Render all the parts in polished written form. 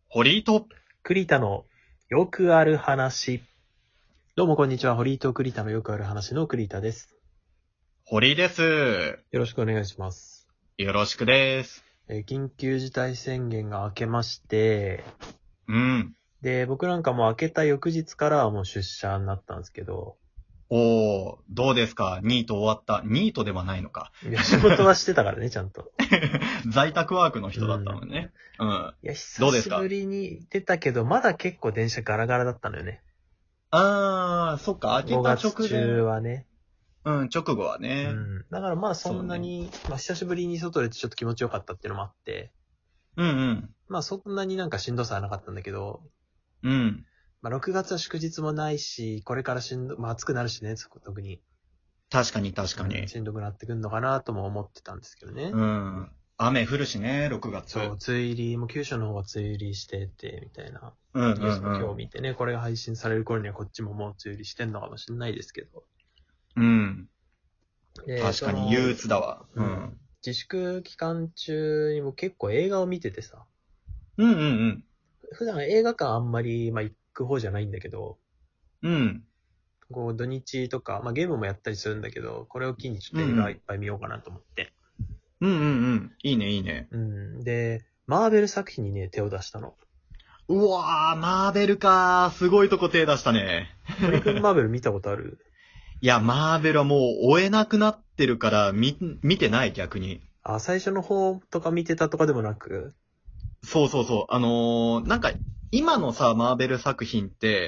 堀井と栗田のよくある話。どうもこんにちは。堀井と栗田のよくある話の栗田です。 堀井です。 よろしくお願いします。 よろしくです。 緊急事態宣言が明けまして、 うん。 で、僕なんかも明けた翌日からはもう出社になったんですけど、 おー、どうですか？ニート終わった。ニートではないのか。 いや、仕事はしてたからね、ちゃんと。 在宅ワークの人だったのね。うん。 いや、 どうですか？ 久しぶりに出たけど、まだ結構電車ガラガラだったのよね。 そっか、明け 5 た月中直前。 はね。 直後はね。 だからまあそんなに、久しぶりに外でちょっと気持ちよかったっていうのもあって、そんなになんかしんどさはなかったんだけど、6月は祝日もないし、これから暑くなるしね、特に。 確かに確かに。 しんどくなってくんのかなとも思ってたんですけどね。 雨降るしね、6月。 そう、梅雨入り、もう九州の方が梅雨入りしてて、みたいな。ニュースも今日見てね、これが配信される頃にはこっちももう梅雨入りしてんのかもしれないですけど。 確かに憂鬱だわ。 自粛期間中にも結構映画を見ててさ。普段映画館あんまり、行く方じゃないんだけど、こう土日とか、ゲームもやったりするんだけど、これを機にちょっと映画いっぱい見ようかなと思って。 いいね、いいね。 で、マーベル作品にね、手を出したの。 うわー、マーベルかー。すごいとこ手出したね。 堀君マーベル見たことある？ いや、マーベルはもう追えなくなってるから見てない逆に。 最初の方とか見てたとかでもなく？ そう。なんか、今のさ、マーベル作品って、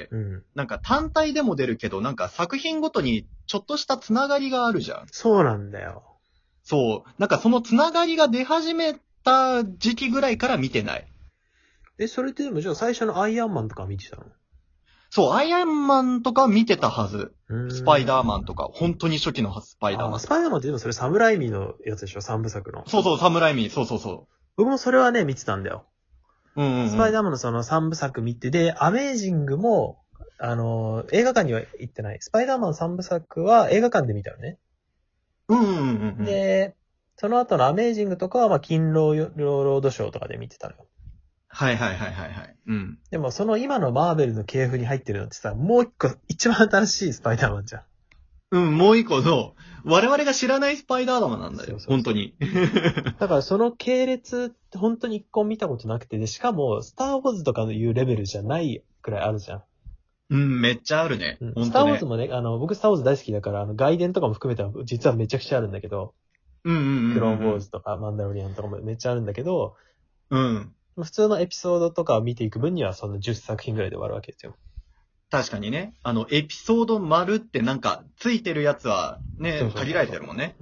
なんか単体でも出るけど、なんか作品ごとにちょっとしたつながりがあるじゃん。 そうなんだよ。 そう。なんかそのつながりが出始めた時期ぐらいから見てない。 それってでもじゃあ最初のアイアンマンとか見てたの？ そう、アイアンマンとか見てたはず。スパイダーマンとか、本当に初期のスパイダーマン。 スパイダーマンってでもそれサムライミのやつでしょ？ 3 部作の。 そう、サムライミ、そう。 僕もそれはね、見てたんだよ。 スパイダーマンのその3部作見て、で、アメージングも、映画館には行ってない。スパイダーマン3部作は映画館で見たのね。で、その後のアメージングとかは、勤労ロードショーとかで見てたのよ。 はい。 でもその今のマーベルの系譜に入ってるのってさ、もう一個、一番新しいスパイダーマンじゃん。 もう一個の、我々が知らないスパイダーマンなんだよ。本当に。 だからその系列って本当に一個見たことなくて、で、しかも、スターウォーズとかのいうレベルじゃないくらいあるじゃん。 めっちゃあるね。 スターウォーズもね、僕スターウォーズ大好きだから、外伝とかも含めては実はめちゃくちゃあるんだけど、クローンウォーズとかマンダロリアンとかもめっちゃあるんだけど、普通のエピソードとかを見ていく分にはその10作品ぐらいで終わるわけですよ。 確かにね。エピソード丸ってなんか、ついてるやつはね、限られてるもんね。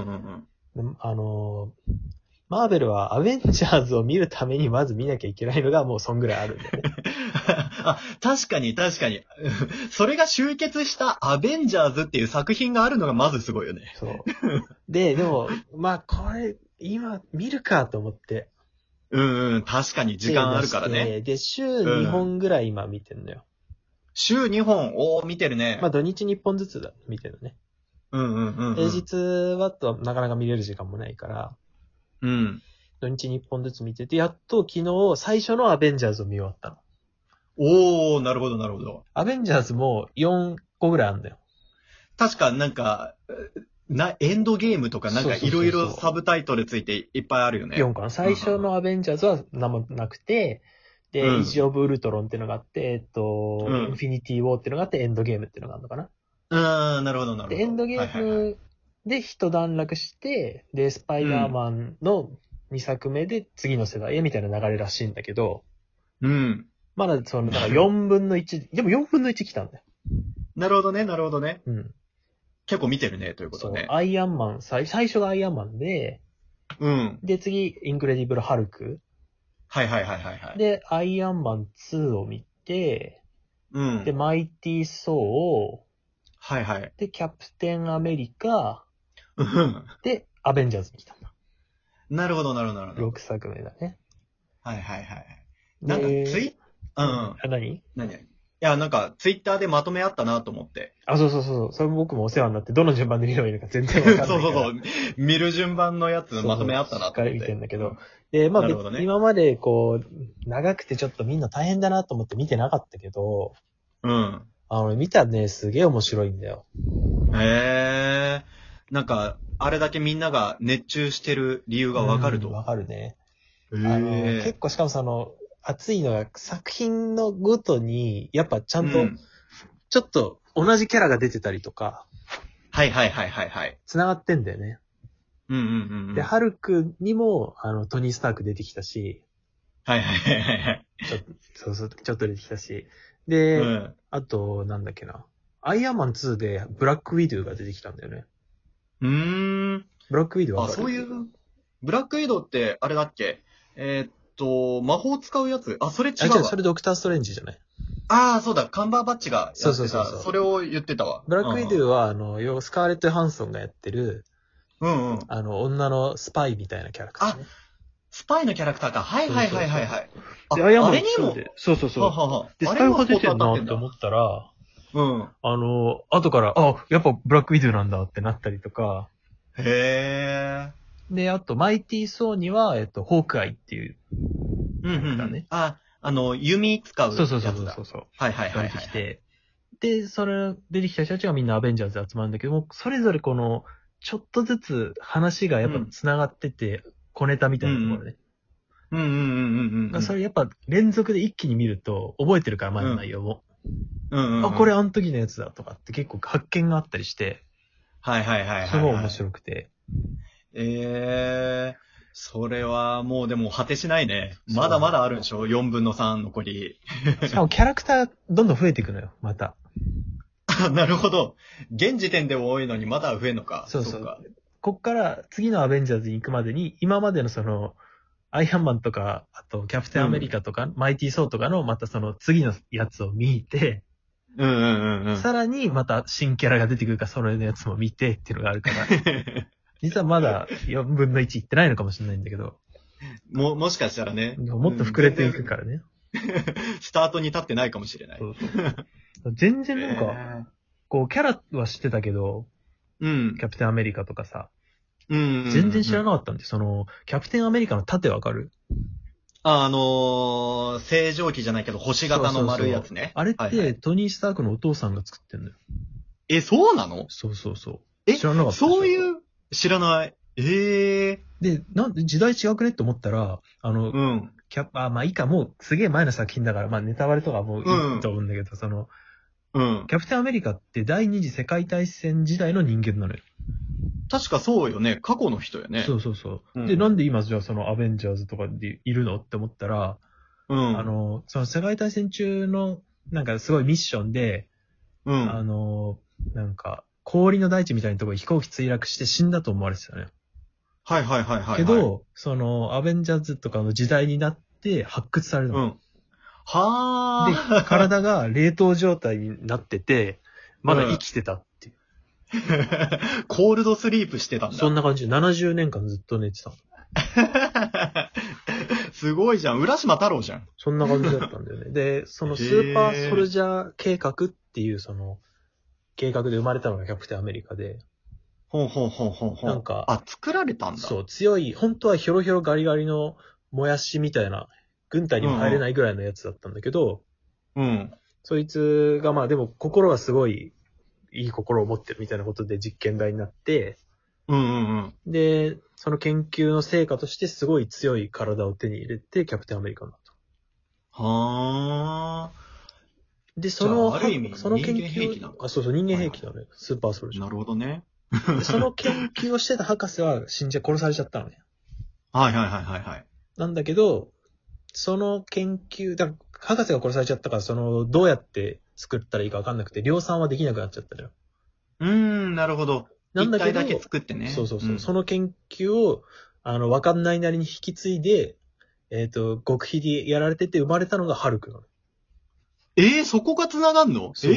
マーベルはアベンジャーズを見るためにまず見なきゃいけないのがもうそんぐらいあるんだよね。 確かに。それが集結したアベンジャーズっていう作品があるのがまずすごいよね。 そう。でも、これ、今見るかと思って。 確かに時間あるからね。 で、週2本ぐらい今見てんのよ。 週2本、見てるね。 土日に1本ずつ見てるね。平日はなかなか見れる時間もないから。土日に1本ずつ見てて、やっと昨日最初のアベンジャーズを見終わったの。なるほど。 アベンジャーズも4個ぐらいあるんだよ。 確かなんか、エンドゲームとかなんかいろいろサブタイトルついていっぱいあるよね。 4かな。最初のアベンジャーズは何もなくて、で、イージ・オブ・ウルトロンっていうのがあって、インフィニティ・ウォーっていうのがあって、エンドゲームっていうのがあるのかな。 なるほど。 で、エンドゲームで一段落して、で、スパイダーマンの2作目で次の世代へみたいな流れらしいんだけど、まだだから4分の1、でも4分の1来たんだよ。 なるほどね。結構見てるね、ということね。 そう、アイアンマン、最初がアイアンマンで、で、次、インクレディブル・ハルク。で、アイアンマン2を見て、で、マイティー・ソー、で、キャプテン・アメリカ、で、アベンジャーズに来たんだ。 なるほど。 6作目だね。 なんか何？ いや、なんか、ツイッターでまとめあったなと思って。 そう。それ僕もお世話になって、どの順番で見ればいいのか全然わかんないから。 そう。見る順番のやつまとめあったなと思って。 しっかり見てんだけど。で、今まで長くてちょっとみんな大変だなと思って見てなかったけど、 うん。 俺見たね、すげえ面白いんだよ。 へえ。なんか、あれだけみんなが熱中してる理由がわかると。 わかるね。 結結構しかも熱いのが作品のごとに、やっぱちゃんと、ちょっと同じキャラが出てたりとか、 はいはいはいはいはい。 繋がってんだよね。 うんうんうんうん。 で、ハルクにも、トニー・スターク出てきたし、 はいはいはいはい。 そう、ちょっと出てきたし。で、あと、なんだっけな。アイアンマン2でブラックウィドウが出てきたんだよね。ブラックウィドウわかる？ そういう、ブラックウィドウって、あれだっけ？魔法使うやつ？それ違うわ。 それドクターストレンジじゃない？ そうだ、カンバーバッチがやってた。それを言ってたわ。 ブラックウィドウは、要はスカーレット・ハンソンがやってる、女のスパイみたいなキャラクターね。 スパイのキャラクターか。はいはいはいはいはい。 で、アイアンマン2で。そう。で、スパイが出てんなって思ったら、後から、やっぱブラックウィドウなんだってなったりとか。 へー。 で、あと、マイティー・ソーには、ホークアイっていう。 弓使うやつだ。 そう。 はいはいはい。 で、それ、出てきた人たちがみんなアベンジャーズで集まるんだけども、それぞれこの、ちょっとずつ話がやっぱ繋がってて、小ネタみたいなところね。それやっぱ連続で一気に見ると、覚えてるから前の内容も。これあの時のやつだとかって結構発見があったりして。 はい。 すごい面白くて。 それはもうでも果てしないね。まだまだあるんでしょ ?4 分の3残り。 しかもキャラクターどんどん増えていくのよ、また。 なるほど。現時点でも多いのにまだ増えんのか。 そう。こっから次のアベンジャーズに行くまでに、今までのアイアンマンとか、あとキャプテンアメリカとか、マイティー・ソーとかのまた次のやつを見て、さらにまた新キャラが出てくるか、それのやつも見てっていうのがあるから、実はまだ4分の1いってないのかもしれないんだけど。 もしかしたらね。 もっと膨れていくからね。 スタートに立ってないかもしれない。 全然なんか、こう、キャラは知ってたけど、キャプテンアメリカとかさ、全然知らなかったんで、キャプテンアメリカの盾わかる？ 星条旗じゃないけど、星型の丸いやつね。 あれって、トニー・スタークのお父さんが作ってんだよ。 そうなの？ そう。 知らなかった。そういう、知らない。で、 なんで時代違くねって思ったら、まあいいか、もうすげえ前の作品だから、まあネタバレとかもういいと思うんだけど、キャプテンアメリカって第二次世界大戦時代の人間なのよ。 確かそうよね。過去の人よね。 そう。で、なんで今じゃあアベンジャーズとかでいるのって思ったら、世界大戦中の、なんかすごいミッションで、なんか、氷の大地みたいなところに飛行機墜落して死んだと思われてたね。 はい。 けど、アベンジャーズとかの時代になって発掘されるの。で、体が冷凍状態になってて、まだ生きてたっていう。 コールドスリープしてたんだ。 そんな感じで70年間ずっと寝てた。 すごいじゃん。浦島太郎じゃん。 そんな感じだったんだよね。で、スーパーソルジャー計画っていう計画で生まれたのがキャプテンアメリカで。なんか、 作られたんだ。 そう、強い、本当はヒョロヒョロガリガリのもやしみたいな、軍隊にも入れないぐらいのやつだったんだけど、そいつがまあでも心はすごいいい心を持ってるみたいなことで実験台になって、で、その研究の成果としてすごい強い体を手に入れてキャプテンアメリカになった。で、 ある意味、 その研究、 人間兵器なのか。 そう、人間兵器だね。スーパーソルジャー。 なるほどね。 その研究をしてた博士は殺されちゃったのね。 はい。 なんだけど、その研究、博士が殺されちゃったから、どうやって作ったらいいか分かんなくて、量産はできなくなっちゃったのよ。 なるほど。なんだけど、一体だけ作ってね。 そう。その研究を、分かんないなりに引き継いで、極秘でやられてて生まれたのがハルクなの。 そこが繋がんの？ そう。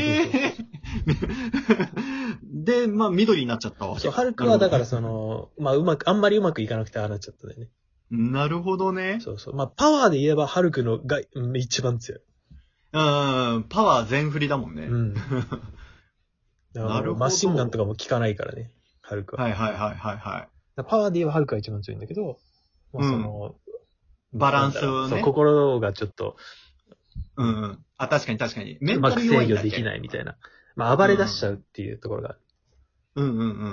で、まあ、緑になっちゃったわけ。 そう、ハルクはだからまあ、あんまりうまくいかなくてああなっちゃったんだよね。 なるほどね。 そう。まあ、パワーで言えばハルクのが一番強い。 パワー全振りだもんね。 なるほど。マシンガンとかも効かないからね、ハルクは。 はい。 パワーで言えばハルクが一番強いんだけど、まあバランスをね。 心がちょっと、 うんうん。あ、確かに確かに。 メンタル制御できないみたいな。まあ暴れ出しちゃうっていうところがある。 うんうんうんうんうん。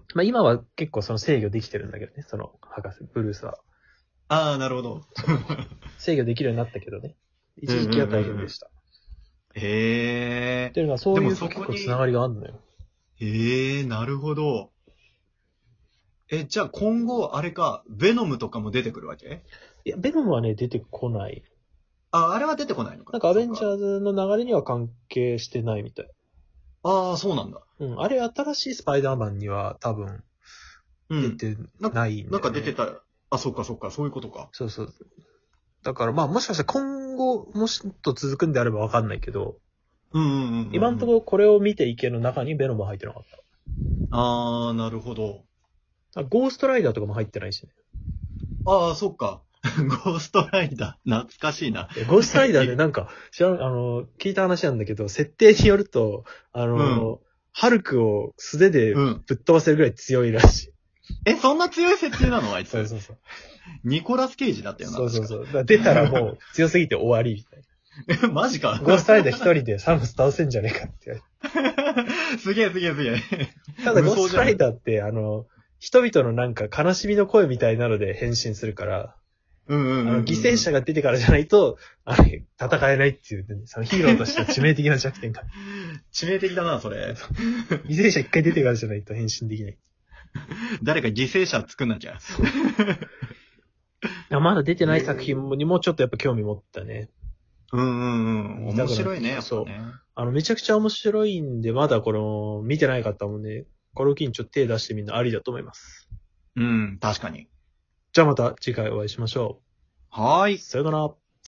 まあ今は結構その制御できてるんだけどね、その博士、ブルースは。 ああ、なるほど。 制御できるようになったけどね。一時期は大変でした。 へえ。 っていうのはそういう結構つながりがあるのよ。 へえ、なるほど。じゃあ今後、あれか、ベノムとかも出てくるわけ？ いや、ベノムはね、出てこない。 あ、あれは出てこないのか。 なんかアベンジャーズの流れには関係してないみたい。 ああ、そうなんだ。 うん、あれ新しいスパイダーマンには多分、出てないんだよね、 なんか出てた。あ、そっかそっか、そういうことか。 そうそう。だからまあもしかしたら今後、もしと続くんであればわかんないけど、今のところこれを見ていけの中にベノム入ってなかった。 あー、なるほど。 ゴーストライダーとかも入ってないしね。 ああ、そっか。ゴーストライダー。懐かしいな。 ゴーストライダーでなんか、聞いた話なんだけど、設定によると、ハルクを素手でぶっ飛ばせるぐらい強いらしい。そんな強い設定なのあいつ。 そうそうそう。 ニコラス・ケイジだったよな。 そうそうそう。出たらもう強すぎて終わりみたいな。マジか。 ゴーストライダー一人でサムス倒せんじゃねえかって言われて。 すげえすげえすげえ。 ただゴーストライダーって人々のなんか悲しみの声みたいなので変身するから、犠牲者が出てからじゃないと、戦えないっていう、ね、そのヒーローとしては致命的な弱点が。 致命的だな、それ。 犠牲者一回出てからじゃないと変身できない。 誰か犠牲者作んなきゃ。 まだ出てない作品にもちょっとやっぱ興味持ったね。 面白いね、やっぱね。 そう。めちゃくちゃ面白いんで、まだ見てない方もね、これを機にちょっと手出してみるのありだと思います。 確かに。 じゃあまた次回お会いしましょう。はーい。 さよなら。